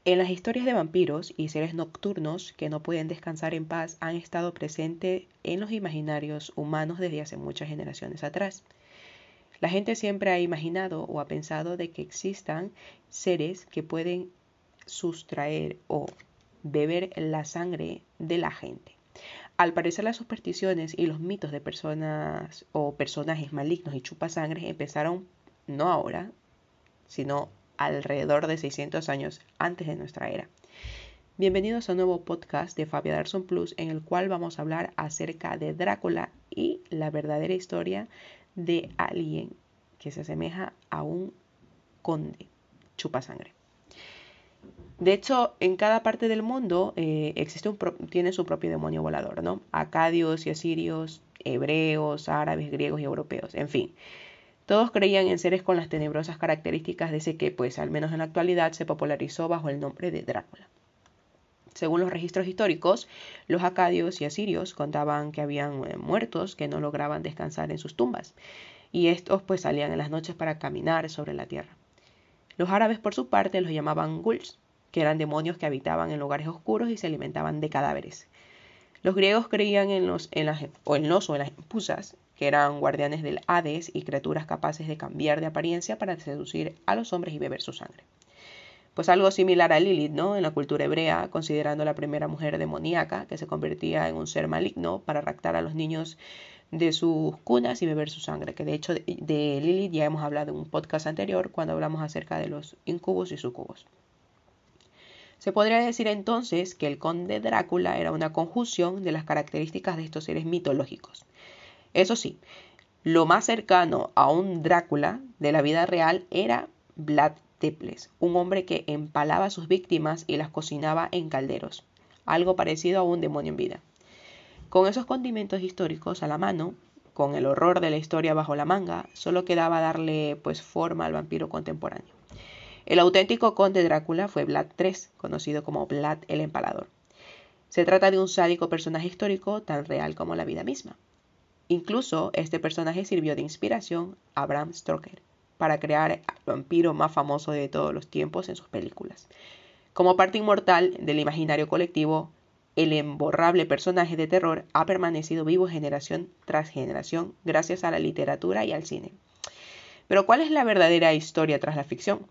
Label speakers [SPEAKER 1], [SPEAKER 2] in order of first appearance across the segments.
[SPEAKER 1] En las historias de vampiros y seres nocturnos que no pueden descansar en paz han estado presentes en los imaginarios humanos desde hace muchas generaciones atrás. La gente siempre ha imaginado o ha pensado de que existan seres que pueden sustraer o beber la sangre de la gente. Al parecer las supersticiones y los mitos de personas o personajes malignos y chupasangres empezaron no ahora, sino alrededor de 600 años antes de nuestra era. Bienvenidos a un nuevo podcast de Fabia Darson Plus, en el cual vamos a hablar acerca de Drácula y la verdadera historia de alguien que se asemeja a un conde chupasangre. De hecho, en cada parte del mundo tiene su propio demonio volador, ¿no? Acadios y asirios, hebreos, árabes, griegos y europeos, en fin. Todos creían en seres con las tenebrosas características de ese que, pues al menos en la actualidad, se popularizó bajo el nombre de Drácula. Según los registros históricos, los acadios y asirios contaban que habían muertos que no lograban descansar en sus tumbas, y estos pues salían en las noches para caminar sobre la tierra. Los árabes, por su parte, los llamaban ghouls, que eran demonios que habitaban en lugares oscuros y se alimentaban de cadáveres. Los griegos creían en las pusas, que eran guardianes del Hades y criaturas capaces de cambiar de apariencia para seducir a los hombres y beber su sangre. Pues algo similar a Lilith, ¿no? En la cultura hebrea, considerando la primera mujer demoníaca que se convertía en un ser maligno para raptar a los niños de sus cunas y beber su sangre, que de hecho de Lilith ya hemos hablado en un podcast anterior cuando hablamos acerca de los incubos y sucubos. Se podría decir entonces que el conde Drácula era una conjunción de las características de estos seres mitológicos. Eso sí, lo más cercano a un Drácula de la vida real era Vlad Tepes, un hombre que empalaba a sus víctimas y las cocinaba en calderos, algo parecido a un demonio en vida. Con esos condimentos históricos a la mano, con el horror de la historia bajo la manga, solo quedaba darle pues forma al vampiro contemporáneo. El auténtico conde Drácula fue Vlad III, conocido como Vlad el Empalador. Se trata de un sádico personaje histórico tan real como la vida misma. Incluso este personaje sirvió de inspiración a Bram Stoker para crear al vampiro más famoso de todos los tiempos en sus películas. Como parte inmortal del imaginario colectivo, el imborrable personaje de terror ha permanecido vivo generación tras generación gracias a la literatura y al cine. Pero ¿cuál es la verdadera historia tras la ficción?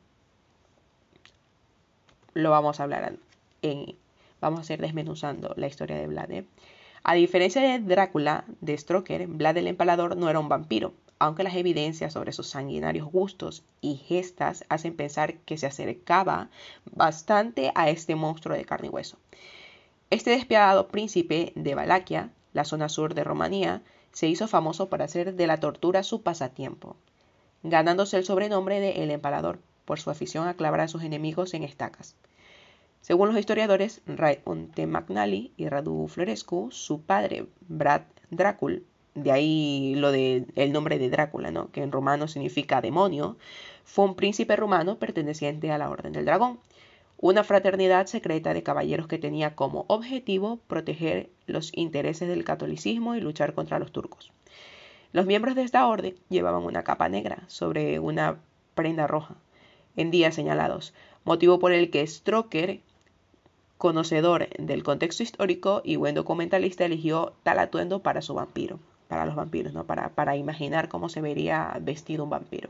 [SPEAKER 1] Lo vamos a hablar vamos a ir desmenuzando la historia de Vlad. A diferencia de Drácula de Stoker, Vlad el Empalador no era un vampiro, aunque las evidencias sobre sus sanguinarios gustos y gestas hacen pensar que se acercaba bastante a este monstruo de carne y hueso. Este despiadado príncipe de Valaquia, la zona sur de Rumanía, se hizo famoso por hacer de la tortura su pasatiempo, ganándose el sobrenombre de El Empalador por su afición a clavar a sus enemigos en estacas. Según los historiadores Raimunde McNally y Radu Florescu, su padre, Brad Dracul, de ahí el nombre de Drácula, ¿no? Que en rumano significa demonio, fue un príncipe rumano perteneciente a la Orden del Dragón, una fraternidad secreta de caballeros que tenía como objetivo proteger los intereses del catolicismo y luchar contra los turcos. Los miembros de esta orden llevaban una capa negra sobre una prenda roja en días señalados, motivo por el que Stoker, conocedor del contexto histórico y buen documentalista, eligió tal atuendo para su vampiro, para los vampiros, ¿no? Para imaginar cómo se vería vestido un vampiro.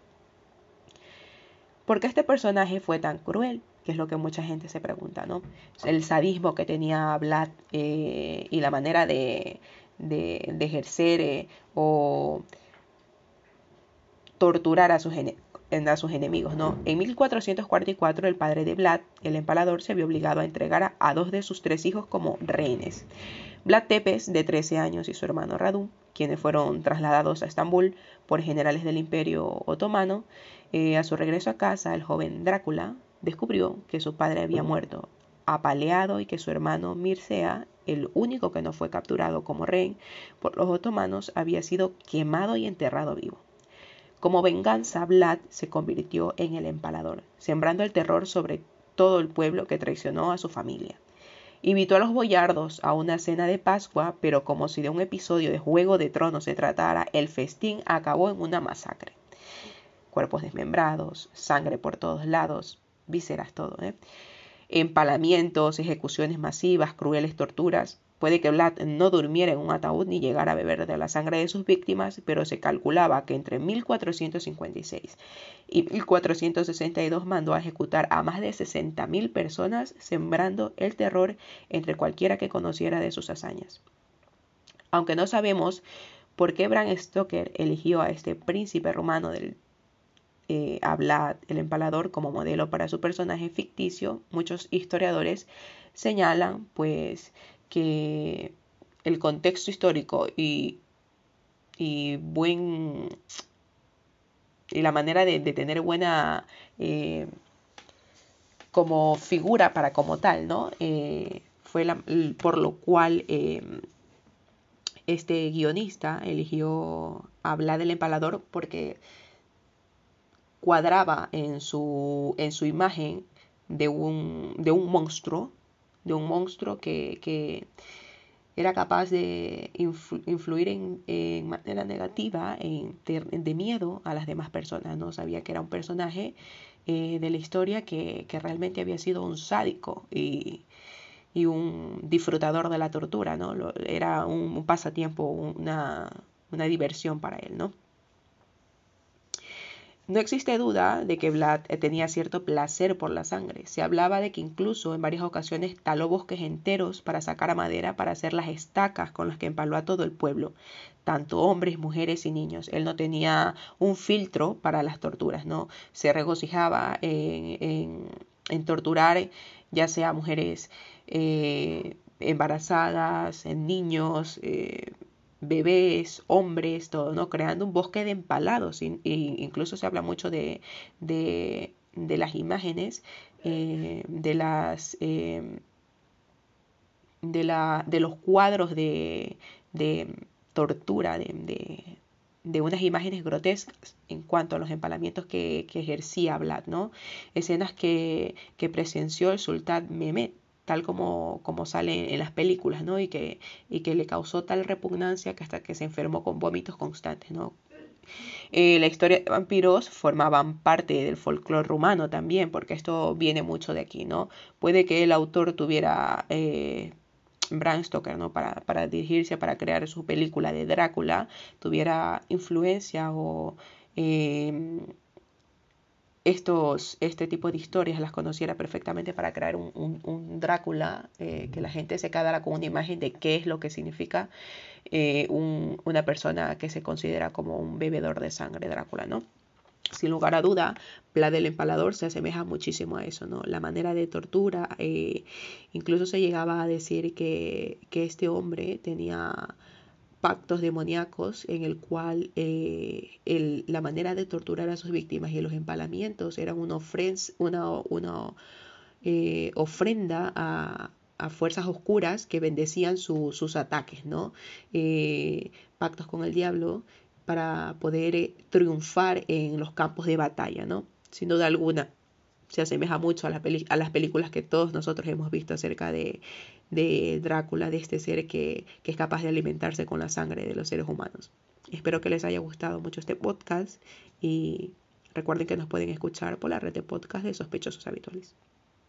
[SPEAKER 1] ¿Por qué este personaje fue tan cruel? Que es lo que mucha gente se pregunta, ¿no? El sadismo que tenía Vlad y la manera de ejercer o torturar a sus enemigos, ¿no? En 1444 el padre de Vlad, el Empalador, se vio obligado a entregar a dos de sus 3 hijos como rehenes. Vlad Tepes, de 13 años, y su hermano Radu, quienes fueron trasladados a Estambul por generales del Imperio Otomano. A su regreso a casa, el joven Drácula descubrió que su padre había muerto apaleado y que su hermano Mircea, el único que no fue capturado como rehén por los otomanos, había sido quemado y enterrado vivo. Como venganza, Vlad se convirtió en el Empalador, sembrando el terror sobre todo el pueblo que traicionó a su familia. Invitó a los boyardos a una cena de Pascua, pero como si de un episodio de Juego de Tronos se tratara, el festín acabó en una masacre. Cuerpos desmembrados, sangre por todos lados, vísceras, todo. empalamientos, ejecuciones masivas, crueles torturas. Puede que Vlad no durmiera en un ataúd ni llegara a beber de la sangre de sus víctimas, pero se calculaba que entre 1456 y 1462 mandó a ejecutar a más de 60.000 personas, sembrando el terror entre cualquiera que conociera de sus hazañas. Aunque no sabemos por qué Bram Stoker eligió a este príncipe rumano a Vlad el Empalador como modelo para su personaje ficticio, muchos historiadores señalan pues que el contexto histórico y la manera de tener buena como figura para como tal, ¿no? Fue por lo cual este guionista eligió a Vlad el Empalador porque cuadraba en su imagen de un monstruo que era capaz de influir en manera negativa, de miedo a las demás personas, ¿no? Sabía que era un personaje de la historia que realmente había sido un sádico y un disfrutador de la tortura, ¿no? Era un pasatiempo, una diversión para él, ¿no? No existe duda de que Vlad tenía cierto placer por la sangre. Se hablaba de que incluso en varias ocasiones taló bosques enteros para sacar madera para hacer las estacas con las que empaló a todo el pueblo, tanto hombres, mujeres y niños. Él no tenía un filtro para las torturas, ¿no? Se regocijaba en torturar ya sea mujeres embarazadas, niños, bebés, hombres, todo, ¿no? Creando un bosque de empalados. Incluso se habla mucho de las imágenes, de los cuadros de tortura, de unas imágenes grotescas en cuanto a los empalamientos que ejercía Vlad, ¿no? Escenas que presenció el sultán Mehmed, tal como sale en las películas, ¿no? Y que le causó tal repugnancia que hasta que se enfermó con vómitos constantes, ¿no? La historia de vampiros formaban parte del folclore rumano también, porque esto viene mucho de aquí, ¿no? Puede que el autor tuviera Bram Stoker, ¿no? Para dirigirse, para crear su película de Drácula, tuviera influencia o este tipo de historias las conociera perfectamente para crear un Drácula, que la gente se quedara con una imagen de qué es lo que significa una persona que se considera como un bebedor de sangre, Drácula, ¿no? Sin lugar a duda, Vlad el Empalador se asemeja muchísimo a eso, ¿no? La manera de tortura, incluso se llegaba a decir que este hombre tenía pactos demoníacos en el cual la manera de torturar a sus víctimas y los empalamientos eran una ofrenda a fuerzas oscuras que bendecían sus ataques, ¿no? Pactos con el diablo para poder triunfar en los campos de batalla, ¿no? Sin duda alguna se asemeja mucho a las películas que todos nosotros hemos visto acerca de Drácula, de este ser que es capaz de alimentarse con la sangre de los seres humanos. Espero que les haya gustado mucho este podcast y recuerden que nos pueden escuchar por la red de podcast de Sospechosos Habituales.